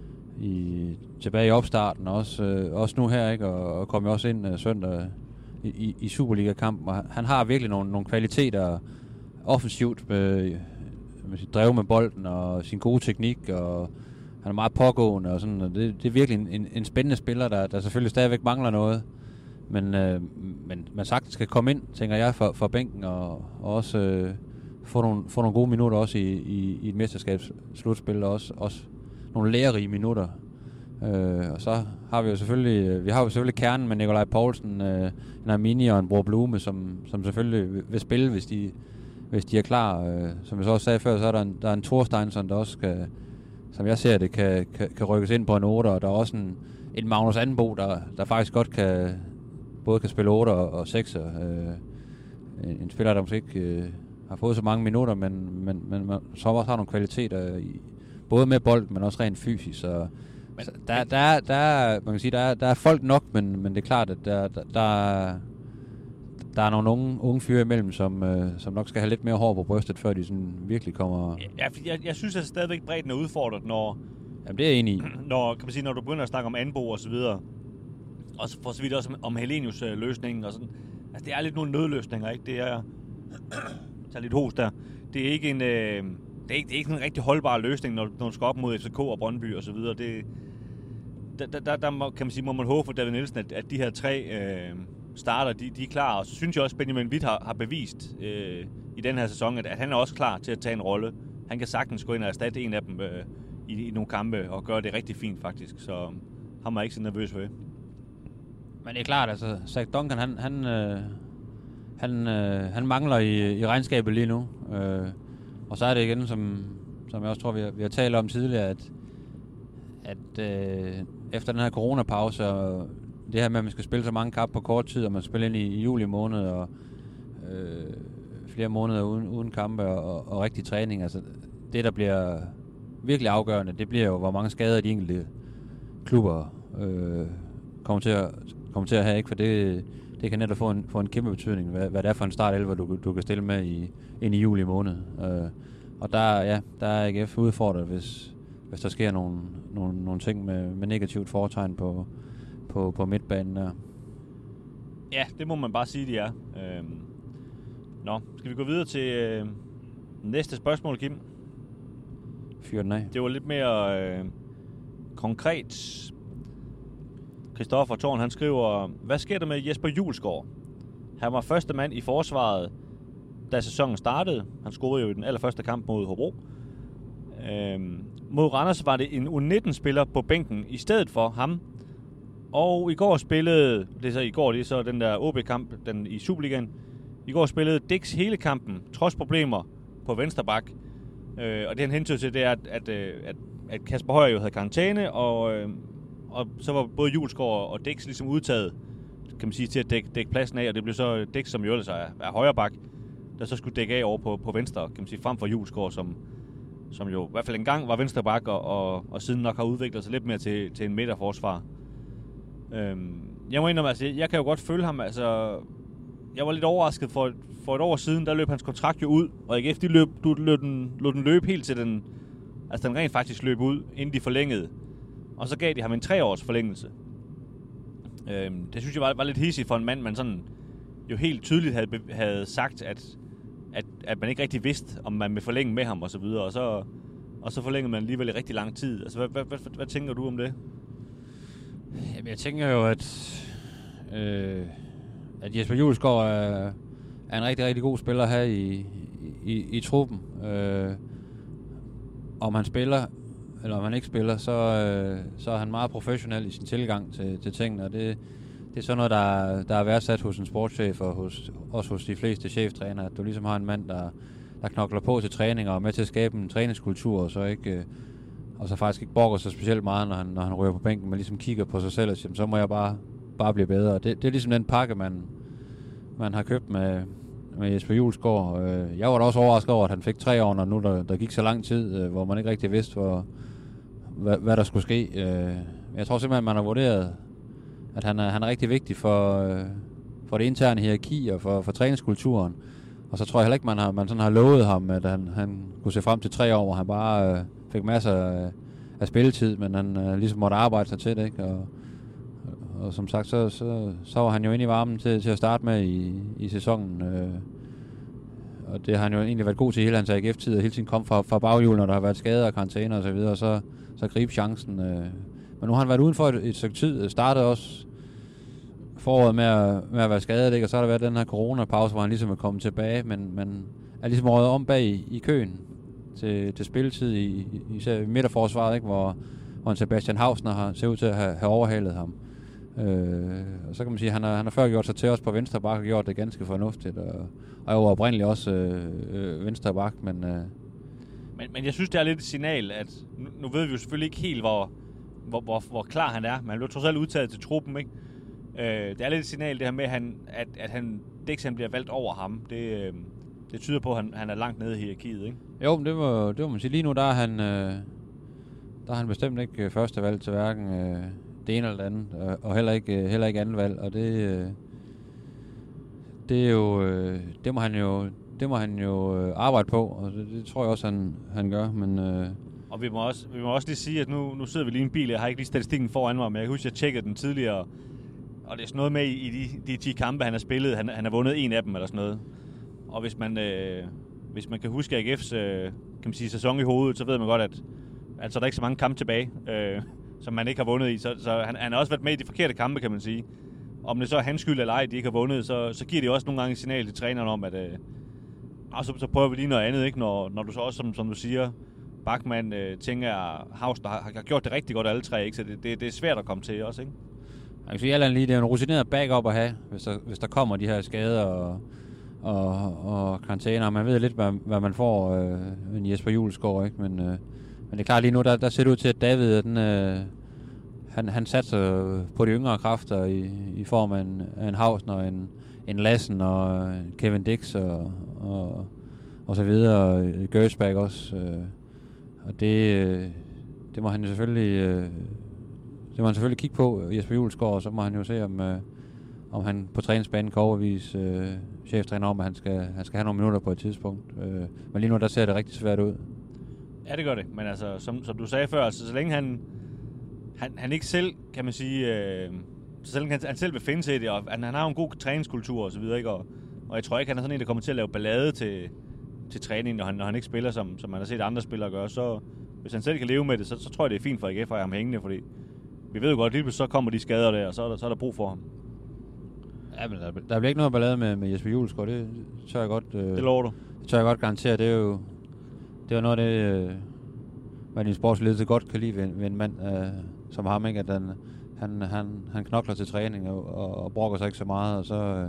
Speaker 2: i, tilbage i opstarten, og også, øh, også nu her, ikke? Og, og kom jo også ind øh, søndag i, i, i Superliga-kampen. Og han har virkelig nogle, nogle kvaliteter offensivt, med, med sit drev med bolden og sin gode teknik, og han er meget pågående, og sådan, og det, det er virkelig en, en, en spændende spiller, der, der selvfølgelig stadigvæk mangler noget, men, øh, men man sagtens skal komme ind, tænker jeg, for, for bænken, og, og også øh, få, nogle, få nogle gode minutter også i, i, i et mesterskabsslutspil, og også, også nogle lærerige minutter. Øh, og så har vi jo selvfølgelig, vi har jo selvfølgelig kernen med Nikolaj Poulsen, øh, en Armini og en Bror Blume, som, som selvfølgelig vil spille, hvis de, hvis de er klar. Øh, som jeg så også sagde før, så er der en, der er en Thorsteinsson, der også kan, som jeg ser det, kan, kan, kan rykkes ind på en otter, og der er også en, en Magnus Anbo, der, der faktisk godt kan, både kan spille otter og, og sekser. Øh, en, en spiller, der måske ikke øh, har fået så mange minutter, men, men, men man, så også har nogle kvaliteter, i, både med bold, men også rent fysisk. Så, men, så der, der, er, der, er, man kan sige, der, er, der er folk nok, men, men det er klart, at der, der, der, der er nogle unge, unge fyre imellem, som, øh, som nok skal have lidt mere hår på brystet, før de sådan virkelig kommer...
Speaker 1: Ja, jeg, jeg synes, at stadigvæk bredden er udfordret, når...
Speaker 2: Jamen, det er jeg enig i.
Speaker 1: Når, kan man sige, når du begynder at snakke om Anbo og så videre, og så for så vidt også om Helenius øh, løsningen og sådan. Altså, det er lidt nogle nødløsninger, ikke? Det er... tager lidt hos der. Det er ikke en... Øh, det er ikke, det er ikke en rigtig holdbar løsning, når, når du skal op mod F C K og Brøndby og så videre. Det... Der, der, der må, kan man sige, må man håbe for David Nielsen, at, at de her tre øh, starter, de, de er klar. Og så synes jeg også, at Benjamin Witt har, har bevist øh, i den her sæson, at, at han er også klar til at tage en rolle. Han kan sagtens gå ind og erstatte en af dem øh, i, i nogle kampe og gøre det rigtig fint faktisk. Så ham er jeg ikke så nervøs ved.
Speaker 2: Men det er klart, altså Zach Duncan, han, han, øh, han, øh, han mangler i, i regnskabet lige nu. Øh, og så er det igen, som, som jeg også tror, vi har, vi har talt om tidligere, at, at øh, efter den her coronapause, og det her med, at man skal spille så mange kampe på kort tid, og man spiller ind i, i juli måned, og øh, flere måneder uden, uden kampe og, og, og rigtig træning, altså det, der bliver virkelig afgørende, det bliver jo, hvor mange skader de enkelte klubber øh, kommer til at, kommer til at have, ikke? For det, det kan netop få en, få en kæmpe betydning, hvad, hvad det er for en startelver, du, du kan stille med i, ind i juli måned. Øh, og der, ja, der er A G F udfordret, hvis, hvis der sker nogle, nogle, nogle ting med, med negativt foretegn på, på, på midtbanen der.
Speaker 1: Ja, det må man bare sige, de er. Øhm. Nå, skal vi gå videre til øh, næste spørgsmål, Kim?
Speaker 2: Fyr den af.
Speaker 1: Det var lidt mere øh, konkret. Christoffer Thorn, han skriver, hvad sker der med Jesper Hjulsgaard? Han var første mand i forsvaret, da sæsonen startede. Han scorede jo i den allerførste kamp mod Hobro. Øhm, mod Randers var det en U nitten-spiller på bænken i stedet for ham. Og i går spillede, det er så i går, det er så den der O B-kamp den i Superligaen. I går spillede Dix hele kampen, trods problemer på venstre bak. Øh, og det han hentede til, det er, at, at, at, at Kasper Højer jo havde karantæne, og, øh, og så var både Hjulsgaard og Dix ligesom udtaget, kan man sige, til at dække, dække pladsen af, og det blev så Dix, som jo ellers er, er højre bak, der så skulle dække af over på, på venstre, kan man sige, frem for Hjulsgaard, som, som jo i hvert fald engang var venstre bak, og, og, og siden nok har udviklet sig lidt mere til, til en midterforsvar. Øhm, jeg må indrømme, altså, jeg kan jo godt følge ham, altså, jeg var lidt overrasket for, for et år siden, der løb hans kontrakt jo ud, og A G F, de løb, du løb den, løb den løb helt til den, altså den rent faktisk løb ud, inden de forlængede. Og så gav de ham en treårs forlængelse. Øhm, det synes jeg var, var lidt hissigt for en mand, man sådan jo helt tydeligt havde, havde sagt, at, at, at man ikke rigtig vidste, om man ville forlænge med ham og så videre, og så, og så forlængede man alligevel i rigtig lang tid. Altså, hvad, hvad, hvad, hvad tænker du om det?
Speaker 2: Jamen, jeg tænker jo, at, øh, at Jesper Hjulsgaard er, er en rigtig, rigtig god spiller her i, i, i truppen. Øh, om han spiller, eller om han ikke spiller, så, øh, så er han meget professionel i sin tilgang til, til tingene, og det, det er sådan noget, der, der er værdsat hos en sportschef, og hos, også hos de fleste cheftrænere, at du ligesom har en mand, der, der knokler på til træninger, og er med til at skabe en træningskultur, og så ikke... Øh, og så faktisk ikke brokker sig specielt meget, når han, når han ryger på bænken, men ligesom kigger på sig selv og siger, så må jeg bare, bare blive bedre. Det, det er ligesom den pakke, man, man har købt med, med Jesper Hjulsgaard. Jeg var da også overrasket over, at han fik tre år, når nu der, der gik så lang tid, hvor man ikke rigtig vidste, hvor, hvad, hvad der skulle ske. Jeg tror simpelthen, man har vurderet, at han er, han er rigtig vigtig for, for det interne hierarki og for, for træningskulturen. Og så tror jeg heller ikke, man har, man sådan har lovet ham, at han, han kunne se frem til tre år, hvor han bare... fik masser af, af spilletid, men han øh, ligesom måtte arbejde sig til det, ikke? Og, og, og som sagt, så, så, så var han jo inde i varmen til, til at starte med i, i sæsonen. Øh, og det har han jo egentlig været god til hele hans A G F-tid, og hele tiden kom fra, fra baghjul, når der har været skader og karantæner og så videre, og så, så gribe chancen. Øh. Men nu har han været uden for et, et stykke tid, startede også foråret med at, med at være skadet, ikke? Og så har der været den her coronapause, hvor han ligesom er kommet tilbage, men, men er ligesom røget om bag i, i køen til, til spilletid i, især i midterforsvaret, ikke? Hvor, hvor en Sebastian Hausner har, ser ud til at have, have overhalet ham. Øh, og så kan man sige, at han har, han har før gjort sig til os på venstre bak og gjort det ganske fornuftigt, og, og jeg var oprindeligt også øh, øh, venstre bak, men, øh,
Speaker 1: men... Men jeg synes, det er lidt et signal, at nu, nu ved vi jo selvfølgelig ikke helt, hvor, hvor, hvor, hvor klar han er, men han blev trods alt udtaget til truppen, ikke? Øh, det er lidt et signal, det her med, at han, at, at han, Dixon bliver valgt over ham. Det, øh, det tyder på, at han, han er langt nede i hierarkiet, ikke?
Speaker 2: Jo, men det var, det var man sige. Lige nu, der er han, øh, der er han bestemt ikke første valg til hverken øh, det ene eller det andet, og, og heller ikke heller ikke andet valg, og det øh, det er jo øh, det må han jo det må han jo øh, arbejde på, og det, det tror jeg også han han gør, men øh,
Speaker 1: og vi må også vi må også lige sige, at nu nu sidder vi lige i en bil. Jeg har ikke lige statistikken foran mig, men jeg kan huske, at jeg tjekkede den tidligere, og det er sådan noget med i de de ti kampe han har spillet, han han har vundet en af dem eller sådan noget. Og hvis man øh, hvis man kan huske A G F's øh, kan man sige sæson i hovedet, så ved man godt, at altså der er ikke så mange kampe tilbage, øh, som man ikke har vundet i, så, så han, han har også været med i de forkerte kampe, kan man sige. Om det så er hans skyld eller ej, de ikke har vundet, så, så giver de også nogle gange et signal til træneren om, at øh, så, så prøver vi lige noget andet, ikke? Når, når du så også, som, som du siger, Bachmann øh, tænker, at Hausner har, har gjort det rigtig godt alle tre, ikke? Så det, det, det er svært at komme til også, ikke?
Speaker 2: Jeg kan sige, at det er en rutineret backup at have, hvis der, hvis der kommer de her skader og, og, og karantæner. Man ved lidt, hvad, hvad man får øh, en Jesper Julesgaard, ikke? Men, øh, men det er klart lige nu, der, der ser det ud til, at David, den, øh, han, han satser på de yngre kræfter i, i form af en, af en Hausner, en, en Lassen og en Kevin Dix og, og, og så videre, og Gersbach også. Øh, og det, øh, det må han jo selvfølgelig... Øh, Det må han selvfølgelig kigge på, Jesper Julesgaard, og så må han jo se, om, øh, om han på træningsbanen kan overbevise øh, cheftræner om, at han skal, han skal have nogle minutter på et tidspunkt. Øh, men lige nu, der ser det rigtig svært ud.
Speaker 1: Ja, det gør det. Men altså, som, som du sagde før, altså, så længe han, han, han ikke selv, kan man sige, øh, så længe han, han selv vil finde sig i det, og han, han har en god træningskultur og så videre, ikke? Og, og jeg tror ikke, han er sådan en, der kommer til at lave ballade til, til træning, når han, når han ikke spiller, som, som man har set andre spillere gøre. Så hvis han selv kan leve med det, så, så tror jeg, det er fint for A G F at have ham hængende, fordi vi ved jo godt, at lige pludselig så kommer de skader der, og så er der, så er der brug for ham.
Speaker 2: Ja, men der, der bliver ikke noget ballade med, med Jesper Julesgaard, det tør jeg godt... Øh,
Speaker 1: det lover du?
Speaker 2: Det tør jeg godt garantere, det er jo, det er jo noget af det, øh, hvad din sportsledelse godt kan lide ved, ved en mand øh, som ham, ikke? At han, han, han, han knokler til træning og, og, og brokker sig ikke så meget, og så, øh,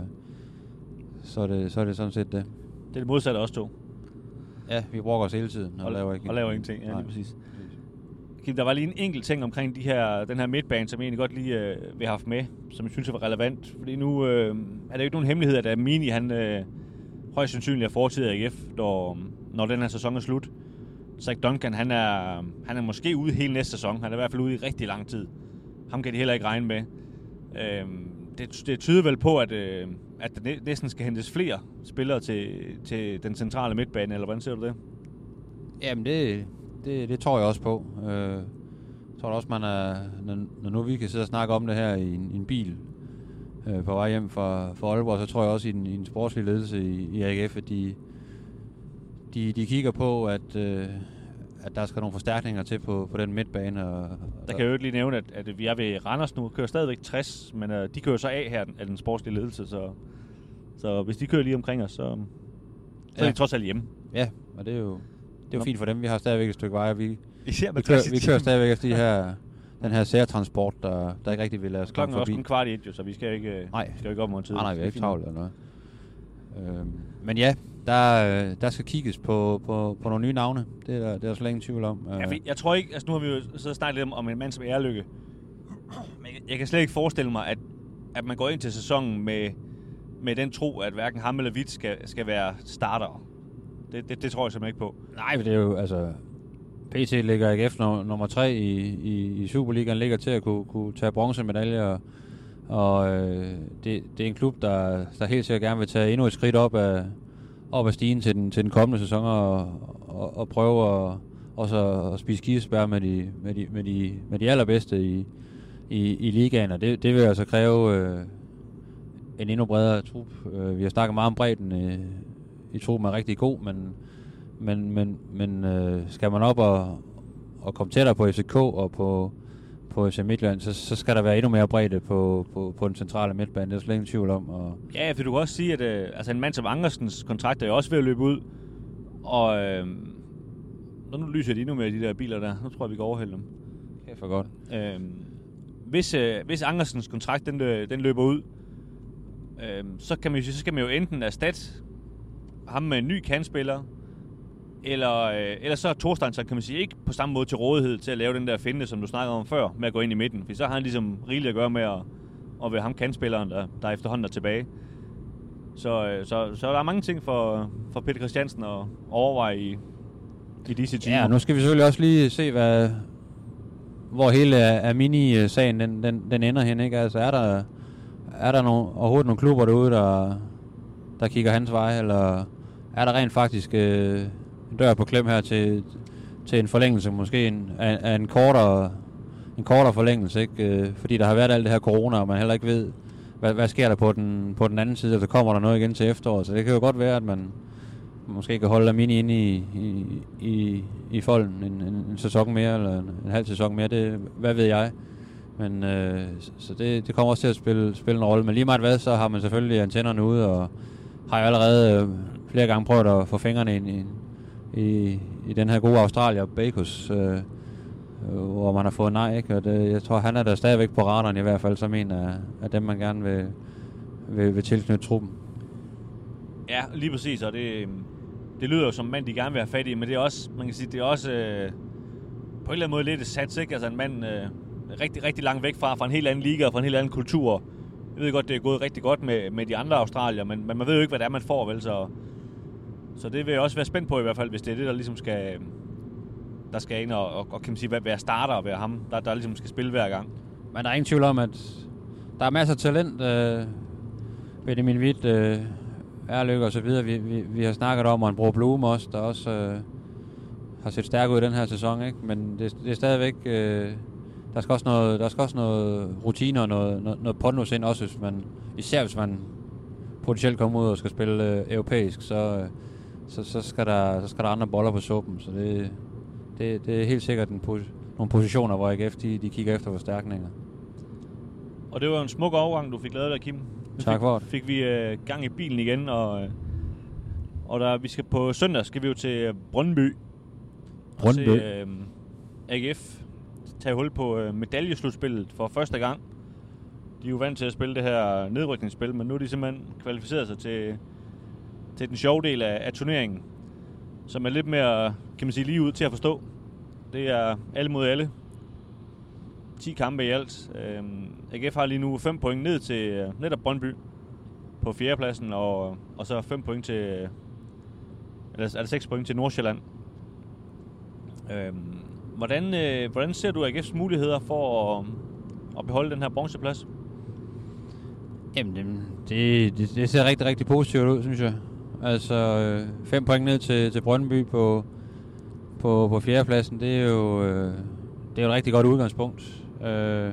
Speaker 2: så, er det, så er det sådan set det.
Speaker 1: Det er det modsatte også to.
Speaker 2: Ja, vi brokker os hele tiden og,
Speaker 1: og
Speaker 2: laver ikke
Speaker 1: og laver ingenting. Ja, lige præcis. Kim, der var lige en enkelt ting omkring de her, den her midtbane, som jeg egentlig godt lige øh, vil have haft med, som jeg synes var relevant. Fordi nu øh, er det jo ikke nogen hemmelighed, at Amini, han øh, højst sandsynligt er fortid af A G F, når, når den her sæson er slut. Zach Duncan, han er, han er måske ude hele næste sæson. Han er i hvert fald ude i rigtig lang tid. Ham kan de heller ikke regne med. Øh, det, det tyder vel på, at, øh, at der næsten skal hentes flere spillere til, til den centrale midtbane, eller hvordan ser du det?
Speaker 2: Jamen det... Det, det tror jeg også på. Øh, jeg tror også, man er, når, når nu vi kan sidde og snakke om det her i en, i en bil øh, på vej hjem fra, fra Aalborg, så tror jeg også i en, i en sportslig ledelse i, i A G F, at de, de, de kigger på, at, øh, at der skal nogle forstærkninger til på, på den midtbane. Og,
Speaker 1: der kan jeg jo ikke lige nævne, at, at vi er ved Randers nu, kører stadigvæk tres, men øh, de kører så af her af den sportslige ledelse, så, så hvis de kører lige omkring os, så, så ja. Er de trods alt hjemme.
Speaker 2: Ja, og det er jo... Det er jo fint for dem. Vi har stadigvæk et stykke vej. Vi, vi,
Speaker 1: kører,
Speaker 2: vi kører stadigvæk efter de her, den her særtransport, der, der ikke rigtig vil lade os komme forbi.
Speaker 1: Klokken er også kun kvart i et, jo, så vi skal ikke,
Speaker 2: nej.
Speaker 1: Skal ikke op mod en tid.
Speaker 2: Nej, nej, vi er ikke travlt eller noget. Øhm, men ja, der, der skal kigges på, på, på nogle nye navne. Det er der, det er der slet ingen tvivl om.
Speaker 1: Ja, jeg tror ikke, altså nu har vi jo så snakket lidt om, om en mand som Erlykke. Men jeg, jeg kan slet ikke forestille mig, at, at man går ind til sæsonen med, med den tro, at hverken ham eller Witt skal, skal være starter. Det, det, det tror jeg simpelthen ikke på.
Speaker 2: Nej, det er jo, altså... P T ligger A G F no, nummer tre i, i, i Superligaen, ligger til at kunne, kunne tage bronzemedaljer, og, og øh, det, det er en klub, der, der helt sikkert gerne vil tage endnu et skridt op af, op af stigen til den, til den kommende sæson, og, og, og prøve at, også at spise kirsebær med de, med de, med de, med de allerbedste i, i, i ligaen, og det, det vil altså kræve øh, en endnu bredere trup. Øh, vi har snakket meget om bredden øh, i truppen er rigtig god, men, men, men, men øh, skal man op og, og komme tættere på F C K og på, på F C Midtjylland, så, så skal der være endnu mere bredde på, på, på den centrale midtbane. Det er slet ingen tvivl om. Og
Speaker 1: ja, for du kan også sige, at øh, altså en mand som Angersens kontrakt er jo også ved at løbe ud, og øh, nu lyser de endnu mere de der biler der. Nu tror jeg, vi kan overhælde dem.
Speaker 2: Kæft, for godt.
Speaker 1: Øh, hvis, øh, hvis Ankersens kontrakt den, den løber ud, øh, så, kan man jo, så skal man jo enten erstatte ham med en ny kantspiller, eller, øh, eller så er Thorstein, så kan man sige, ikke på samme måde til rådighed til at lave den der finte, som du snakkede om før, med at gå ind i midten. For så har han ligesom rigeligt at gøre med at, at være ham kantspilleren, der, der efterhånden er tilbage. Så, øh, så, så der er mange ting for, for Peter Christiansen at overveje i, i disse timer.
Speaker 2: Ja, nu skal vi selvfølgelig også lige se, hvad, hvor hele Amini-sagen den, den, den ender hen, ikke? Altså, er der, er der nogle, overhovedet nogle klubber derude, der, der kigger hans vej, eller er der rent faktisk øh, en dør på klem her til, til en forlængelse, måske en, af, af en kortere, en kortere forlængelse, ikke? Øh, fordi der har været alt det her corona, og man heller ikke ved, hvad, hvad sker der på den, på den anden side, og så kommer der noget igen til efteråret, så det kan jo godt være, at man måske kan holde Amini inde i, i, i, i folden en, en, en sæson mere, eller en, en halv sæson mere, det, hvad ved jeg. Men øh, så det, det kommer også til at spille, spille en rolle. Men lige meget hvad, så har man selvfølgelig antennerne ude, og har jo allerede øh, flere gange prøvet at få fingrene ind i, i, i den her gode Australier, Bakos, øh, hvor man har fået nej, ikke? Og det, jeg tror, han er der stadigvæk på radaren i hvert fald, som en af, af dem, man gerne vil, vil, vil tilknytte truppen.
Speaker 1: Ja, lige præcis, og det, det lyder jo som en mand, de gerne vil have fat i, men det er også, man kan sige, det er også øh, på en eller anden måde lidt et sats, ikke? Altså en mand øh, rigtig, rigtig langt væk fra, fra en helt anden liga og fra en helt anden kultur. Jeg ved godt, det er gået rigtig godt med, med de andre australier, men, men man ved jo ikke, hvad det er, man får, vel? Så, så det vil jeg også være spændt på i hvert fald, hvis det er det, der ligesom skal, der skal ind og, og, og kan man sige, være starter og være ham, der, der ligesom skal spille hver gang.
Speaker 2: Men der er ingen tvivl om, at der er masser af talent. Øh, Benjamin Witt, øh, Erløkke og så videre. Vi, vi, vi har snakket om, og en Bro Blume også, der også øh, har set stærk ud i den her sæson, ikke? Men det, det er stadigvæk... Øh, der skal også noget, der skal også noget rutine og noget, noget, noget pondus ind, også hvis man, især hvis man potentielt kommer ud og skal spille øh, europæisk, så, øh, så, så, skal der, så skal der andre boller på suppen. Så det, det, det er helt sikkert en pos- nogle positioner, hvor A G F de, de kigger efter forstærkninger.
Speaker 1: Og det var en smuk overgang, du fik lavet der, Kim. Nu
Speaker 2: tak for
Speaker 1: det. Fik vi øh, gang i bilen igen, og, og der, vi skal på søndag skal vi jo til Brøndby.
Speaker 2: Brøndby.
Speaker 1: Og se øh, A G F tage hul på øh, medaljeslutspillet for første gang. De er jo vant til at spille det her nedrykningsspil, men nu er de simpelthen kvalificeret sig til, til den sjove del af, af turneringen, som er lidt mere, kan man sige, lige ud til at forstå. Det er alle mod alle. ti kampe i alt. Øh, A G F har lige nu fem point ned til øh, netop Brøndby på fjerdepladsen, og, og så fem point til, eller er det seks point til Nordsjælland. Øh, Hvordan, øh, hvordan ser du A G F's muligheder for at, at beholde den her bronzeplads?
Speaker 2: Jamen, det, det, det ser rigtig, rigtig positivt ud, synes jeg. Altså, øh, fem point ned til, til Brøndby på, på, på fjerdepladsen, det er jo øh, det er jo et rigtig godt udgangspunkt. Øh,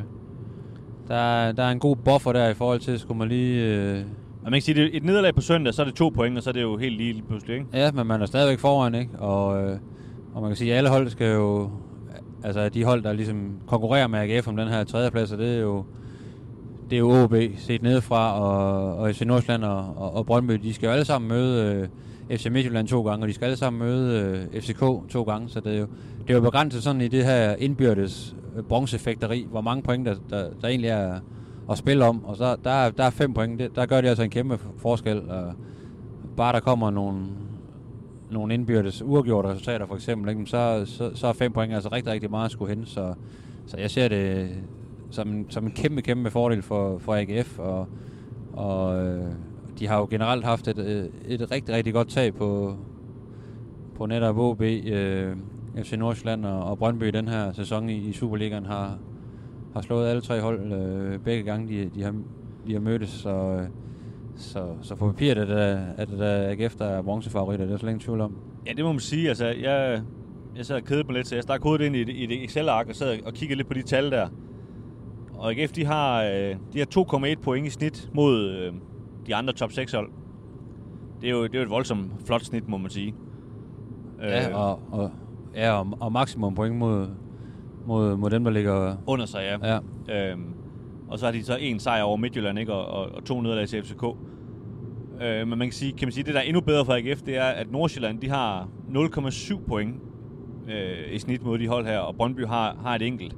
Speaker 2: der, der er en god buffer der i forhold til, skulle man lige... Øh,
Speaker 1: man kan sige, det er et nederlag på søndag, så er det to point, og så er det jo helt lige, lige pludselig, ikke?
Speaker 2: Ja, men man er stadigvæk foran, ikke? Og, øh, og man kan sige, at alle hold skal jo... Altså, de hold, der ligesom konkurrerer med A G F om den her tredjeplads, det er jo det er jo O B set nedefra, og, og F C Nordsjælland og, og, og Brøndby, de skal jo alle sammen møde øh, F C Midtjylland to gange, og de skal alle sammen møde øh, F C K to gange, så det er jo, det er jo begrænset sådan i det her indbyrdes øh, bronzefægteri, hvor mange point der, der, der egentlig er at spille om, og så der er, der er fem point, det, der gør det altså en kæmpe forskel, og bare der kommer nogle nogle indbyrdes uafgjorte resultater for eksempel, ikke? Så, så, så er fem point altså rigtig, rigtig meget at skulle hen, så, så jeg ser det som en, som en kæmpe, kæmpe fordel for, for A G F, og, og øh, de har jo generelt haft et, et rigtig, rigtig godt tag på, på netop O B, øh, F C Nordsjælland og, og Brøndby den her sæson i, i Superligaen har, har slået alle tre hold øh, begge gange, de, de, har, de har mødtes, så øh, Så, så på papiret er det, er det A G F, der er bronzefavoritter, det er slet ingen tvivl om.
Speaker 1: Ja, det må man sige. Altså, jeg, jeg sad og kedede mig lidt, så jeg stak hovedet ind i et, i et Excel-ark og sad og kiggede lidt på de tal der. Og A G F, de har, de har to komma et point i snit mod øh, de andre top seks hold. Det er jo, det er jo et voldsomt flot snit, må man sige.
Speaker 2: Ja, øh, og, og, ja, og, og maksimum point mod, mod, mod dem, der ligger
Speaker 1: under sig, ja. ja. Øhm, Og så har de så en sejr over Midtjylland, ikke? Og, og, og to nederlag til F C K. Øh, men man kan sige, kan man sige, det der er endnu bedre for A G F, det er, at Nordsjælland, de har nul komma syv point øh, i snit mod de hold her, og Brøndby har, har et enkelt.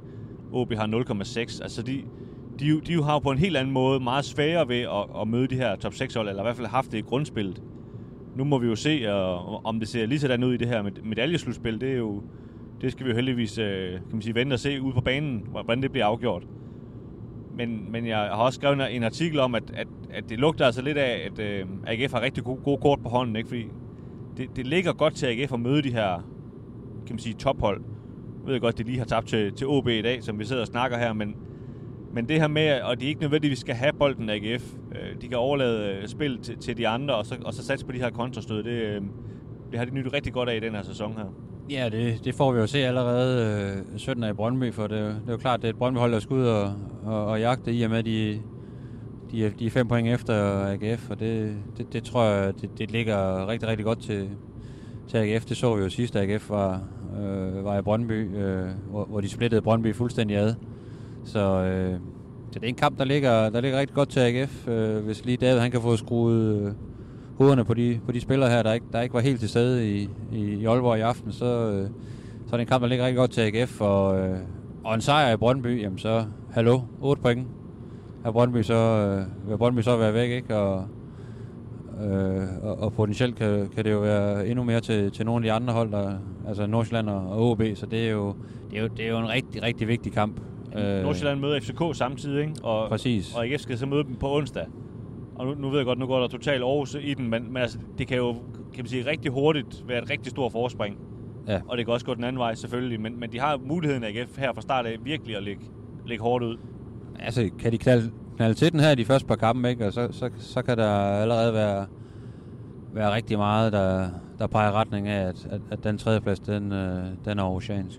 Speaker 1: O B har nul komma seks. Altså de, de, de jo har på en helt anden måde meget sværere ved at, at møde de her top seks hold, eller i hvert fald haft det i grundspillet. Nu må vi jo se, uh, om det ser lige sådan ud i det her medaljeslutspil. Det er jo, det skal vi jo heldigvis uh, kan man sige, vente og se ude på banen, hvordan det bliver afgjort. Men, men jeg har også skrevet en artikel om, at, at, at det lugter altså lidt af, at uh, A G F har rigtig gode, gode kort på hånden, ikke? Fordi det, det ligger godt til A G F at møde de her, kan man sige, tophold. Jeg ved godt, at de lige har tabt til, til O B i dag, som vi sidder og snakker her, men, men det her med, at de ikke nødvendigvis skal have bolden af A G F, øh, de kan overlade øh, spil til, til de andre, og så, og så satse på de her kontrastød, det, øh, det har de nyttet rigtig godt af i den her sæson her.
Speaker 2: Ja, det, det får vi jo se allerede øh, søndag i Brøndby, for det, det er jo klart, det er et Brøndby-hold, der skal ud og, og, og jagte i og med, de, de, er, de er fem point efter A G F, og det, det, det tror jeg, det, det ligger rigtig, rigtig godt til, til A G F. Det så vi jo sidst, A G F var, øh, var i Brøndby, øh, hvor, hvor de splittede Brøndby fuldstændig ad. Så, øh, så det er en kamp, der ligger, der ligger rigtig godt til A G F. Øh, hvis lige David han kan få skruet øh, hovederne på de, på de spillere her, der ikke, der ikke var helt til stede i, i, i Aalborg i aften, så, øh, så er det en kamp, der ligger rigtig godt til A G F. Og, øh, og en sejr i Brøndby, jamen så, hallo, otte point. Har Brøndby så, øh, vil Brøndby så være væk, ikke? Og, øh, og, og potentielt kan, kan det jo være endnu mere til, til nogle af de andre hold, der, altså Nordsjælland og O B, så det er jo, det er jo, det er jo en rigtig, rigtig vigtig kamp.
Speaker 1: Nordsjælland møder F C K samtidig, ikke? Og,
Speaker 2: Præcis.
Speaker 1: Og A G F skal så møde dem på onsdag. Og nu, nu ved jeg godt, nu går der totalt Aarhus i den, men, men altså, det kan jo, kan man sige, rigtig hurtigt være et rigtig stort forspring.
Speaker 2: Ja.
Speaker 1: Og det kan også gå den anden vej, selvfølgelig. Men, men de har muligheden af A G F her fra start af virkelig at lægge, lægge hårdt ud.
Speaker 2: Altså, kan de knalde, knalde til den her de første par kampe, ikke? Og så, så, så kan der allerede være, være rigtig meget, der, der peger i retning af, at, at, at den tredjeplads, den, øh, den er aarhusiansk.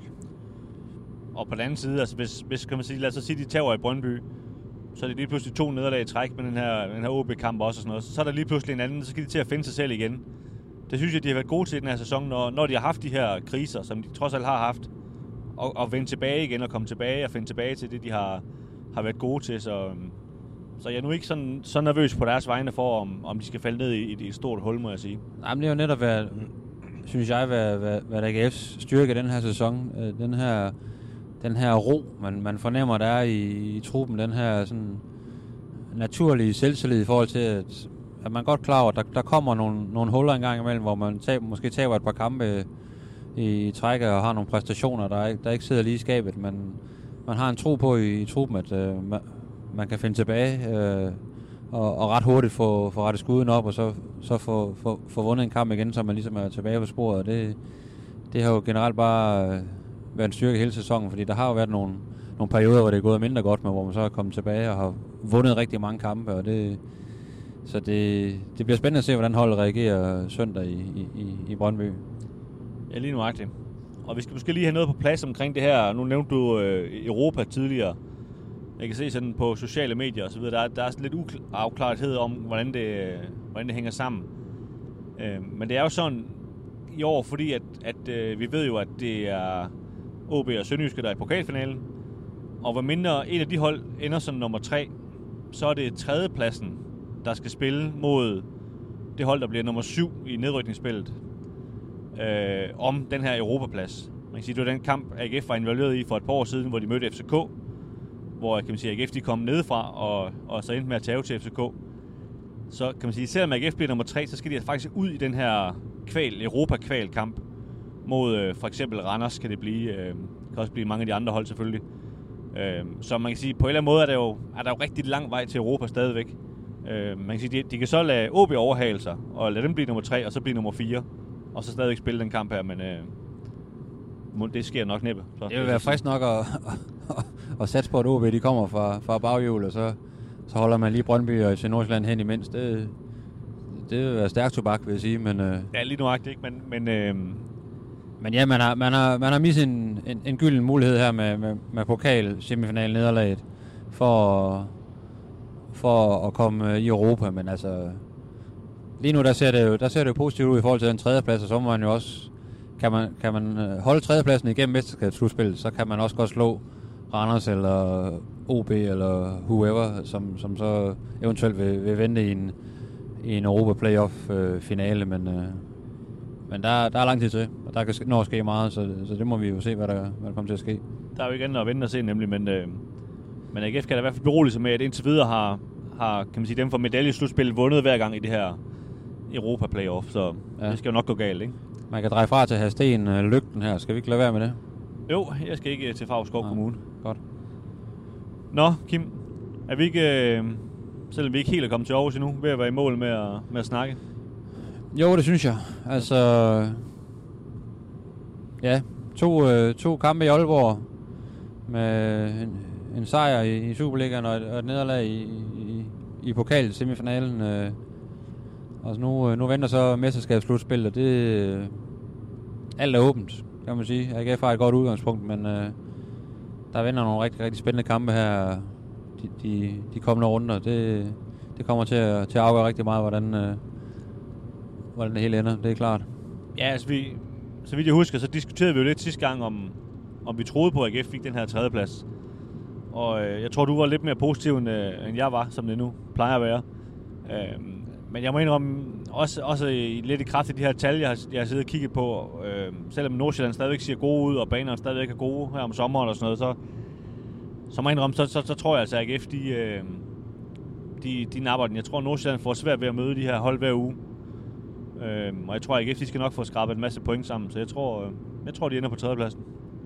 Speaker 1: Og på den anden side, altså hvis, hvis kan man sige, lad os sige, de tager i Brøndby, så er det lige pludselig to nederlag i træk med den her, den her O B-kamp også og sådan noget. Så er der lige pludselig en anden, så skal de til at finde sig selv igen. Det synes jeg, de har været gode til i den her sæson, når, når de har haft de her kriser, som de trods alt har haft, og, og vende tilbage igen og komme tilbage og finde tilbage til det, de har, har været gode til. Så, så jeg er nu ikke sådan, så nervøs på deres vegne for, om, om de skal falde ned i, i et stort hul, må jeg sige.
Speaker 2: Nej, men det er jo netop, hvad, synes jeg, hvad, hvad, hvad A G F's styrke den her sæson. Den her... Den her ro, man, man fornemmer, der er i, i truppen, den her sådan naturlige selvtillid i forhold til, at, at man godt klar over, at der, der kommer nogle, nogle huller engang imellem, hvor man tab, måske taber et par kampe i, i træk og har nogle præstationer, der ikke, der ikke sidder lige i skabet. Men man har en tro på i, i truppen, at uh, man, man kan finde tilbage uh, og, og ret hurtigt få, få rettet skuden op, og så, så få, få, få vundet en kamp igen, så man ligesom er tilbage på sporet. Det, det har jo generelt bare... Uh, været en styrke hele sæsonen, fordi der har jo været nogle, nogle perioder, hvor det er gået mindre godt med, hvor man så er kommet tilbage og har vundet rigtig mange kampe, og det, så det, det bliver spændende at se, hvordan holdet reagerer søndag i, i, i Brøndby.
Speaker 1: Ja, lige nuagtigt. Og vi skal måske lige have noget på plads omkring det her. Nu nævnte du øh, Europa tidligere. Jeg kan se sådan på sociale medier og så videre, der, der er sådan lidt uafklarethed om, hvordan det, hvordan det hænger sammen. Øh, men det er jo sådan i år, fordi at, at øh, vi ved jo, at det er O B og Sønderjyske, der er i pokalfinalen. Og hvor mindre en af de hold ender som nummer tre, så er det tredjepladsen, der skal spille mod det hold, der bliver nummer syv i nedrykningsspillet øh, om den her Europaplads. Man kan sige, det var den kamp, A G F var involveret i for et par år siden, hvor de mødte F C K, hvor kan man sige, A G F de kom nedefra og, og så endte med at tage til F C K. Så kan man sige, selvom A G F bliver nummer tre, så skal de faktisk ud i den her kval, Europa-kval-kamp mod øh, for eksempel Randers, kan det blive. Øh, kan også blive mange af de andre hold selvfølgelig. Øh, så man kan sige, på en eller anden måde er der jo, er der jo rigtig lang vej til Europa stadigvæk. Øh, man kan sige, de, de kan så lade O B overhale sig, og lade dem blive nummer tre, og så blive nummer fire, og så stadigvæk spille den kamp her, men øh, det sker nok næppe. Så
Speaker 2: det vil være frisk nok at, at, at satse på, at O B de kommer fra, fra baghjul, og så, så holder man lige Brøndby og F C Nordsjælland hen imens. Det, det vil være stærkt tobak, vil jeg sige, men... Øh,
Speaker 1: ja, lige nuagtigt, ikke? Men, men, øh,
Speaker 2: men ja, man har, man har, man har misset en, en, en gylden mulighed her med, med, med pokal-semifinalen nederlaget for, for at komme i Europa, men altså... Lige nu, der ser det jo, der ser det jo positivt ud i forhold til den tredjeplads, og så må man jo også... Kan man, kan man holde tredjepladsen igennem mesterskabsslutspillet, så kan man også godt slå Randers eller O B eller whoever, som, som så eventuelt vil, vil vente i en, i en Europa-playoff-finale, men, øh, men der, der er lang tid til, og der kan nå at ske meget, så, så det må vi jo se, hvad der, hvad der kommer til at ske.
Speaker 1: der er jo ikke andet at vente og se nemlig, men, øh, men A G F kan da i hvert fald berolige sig med, at indtil videre har, har kan man sige, dem for medaljeslutspillet vundet hver gang i det her Europa-playoff, så ja. Det skal jo nok gå galt, ikke?
Speaker 2: Man kan dreje fra til at have sten øh, lygten her. Skal vi ikke lade være med det?
Speaker 1: Jo, jeg skal ikke til Favrskov Kommune.
Speaker 2: Godt.
Speaker 1: Nå, Kim, er vi ikke, øh, selvom vi ikke helt er kommet til Aarhus endnu, ved at være i mål med at, med at snakke?
Speaker 2: Jo, det synes jeg. Altså, ja, to, øh, to kampe i Aalborg med en, en sejr i, i Superligaen og et, og et nederlag i, i, i pokal-semifinalen. Øh. Og nu, nu venter så mesterskabsslutspillet, og det øh, alt er åbent, kan man sige. A G F har et godt udgangspunkt, men øh, der venter nogle rigtig, rigtig spændende kampe her de, de, de kommende runder. Det, det kommer til at, til at afgøre rigtig meget, hvordan, øh, hvordan det hele ender, det er klart.
Speaker 1: Ja, altså vi, så vidt jeg husker, så diskuterede vi jo lidt sidste gang, om, om vi troede på, at A G F fik den her tredjeplads. Og øh, jeg tror, du var lidt mere positiv, end, øh, end jeg var, som det nu plejer at være. Øh, Men jeg må indrømme, også, også i, lidt i kraft af de her tal, jeg har, jeg har siddet og kigget på, øh, selvom Nordsjælland stadigvæk ser gode ud, og banerne stadigvæk er gode her om sommeren og sådan noget, så, så må jeg indrømme, så, så, så tror jeg altså, at A G F, de, øh, de, de napper den. Jeg tror, at Nordsjælland får svært ved at møde de her hold hver uge. Øh, og jeg tror, at A G F, de skal nok få skrabet en masse point sammen, så jeg tror, øh, jeg tror de ender på tredjepladsen.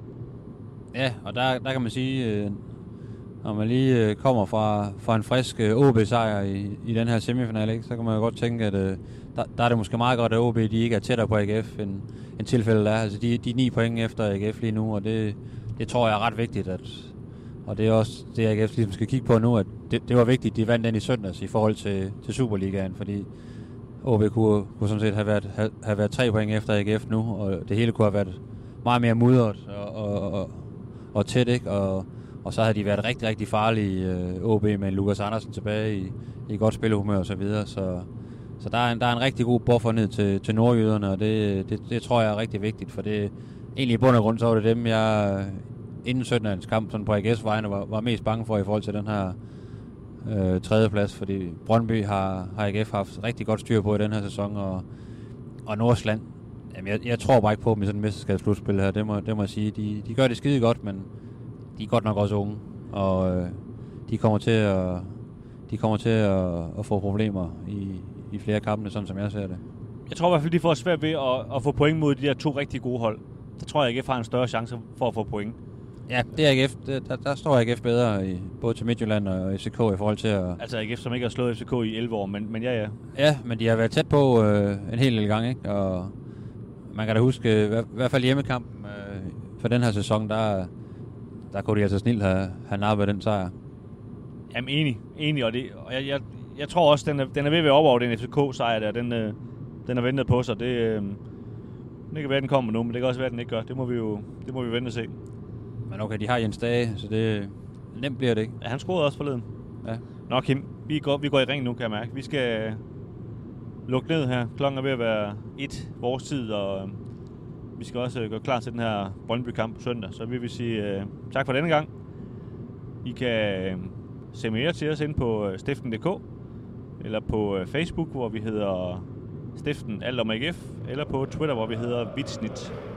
Speaker 2: Ja, og der, der kan man sige, øh, når man lige øh, kommer fra, fra en frisk øh, O B-sejr i, i den her semifinale, ikke, så kan man jo godt tænke, at øh, der, der er det måske meget godt, at O B de ikke er tættere på A G F, end, end tilfældet er. Altså, de, de er ni point efter A G F lige nu, og det, det tror jeg er ret vigtigt, at, og det er også det, A G F ligesom skal kigge på nu, at det, det var vigtigt, de vandt den i søndags i forhold til, til Superligaen, fordi O B kunne, kunne sådan set have været, have, have været tre point efter A G F nu, og det hele kunne have været meget mere mudret og, og, og, og tæt, ikke? Og, og så havde de været rigtig, rigtig farlige, øh, O B med Lukas Andersen tilbage i, i godt spillehumør og så videre, så, så der, er en, der er en rigtig god buffer ned til, til nordjyderne, og det, det, det tror jeg er rigtig vigtigt, for det egentlig i bund og grund, så var det dem, jeg inden søndagens kamp sådan på A G F's vegne var, var mest bange for i forhold til den her øh, tredjeplads, fordi Brøndby har, har A G F haft rigtig godt styr på i den her sæson, og, og Nordsjælland, jamen jeg, jeg tror bare ikke på dem i sådan et mesterskabsslutspil her, det må, det må jeg sige. De, de gør det skide godt, men de er godt nok også unge, og øh, de kommer til at de kommer til at, at få problemer i, i flere kampe, sådan som jeg ser det.
Speaker 1: Jeg tror i hvert fald, de får svært ved at, at få point mod de der to rigtig gode hold. Der tror jeg, at A G F har en større chance for at få point.
Speaker 2: Ja, det er A G F. Det, der, der står A G F bedre i, både til Midtjylland og F C K i forhold til at...
Speaker 1: Altså A G F, som ikke har slået F C K i elleve år, men, men ja, ja.
Speaker 2: Ja, men de har været tæt på øh, en hel del gang, ikke? Og man kan da huske, i hvert fald hjemmekampen øh, for den her sæson, der, der kunne de altså snilt have, have nappet den sejr.
Speaker 1: Jamen enig, enig, og, det, og jeg, jeg, jeg tror også, den er, den er ved at være op over den F C K-sejr der, den, øh, den er ventet på sig. Det, øh, det kan være, den kommer nu, men det kan også være, den ikke gør. Det må vi jo det må vi vente og se.
Speaker 2: Men okay, de har Jens Dage, så det nemt bliver det ikke.
Speaker 1: Ja, han scorede også forleden.
Speaker 2: Ja.
Speaker 1: Nå Kim, vi går, vi går i ring nu, kan jeg mærke. Vi skal lukke ned her. Klokken er ved at være et vores tid, og øh, vi skal også øh, gøre klar til den her Brøndby-kamp på søndag. Så vi vil sige øh, tak for denne gang. I kan øh, se mere til os ind på øh, stiften punktum d k, eller på øh, Facebook, hvor vi hedder Stiften Alt om A G F, eller på Twitter, hvor vi hedder Vitsnit.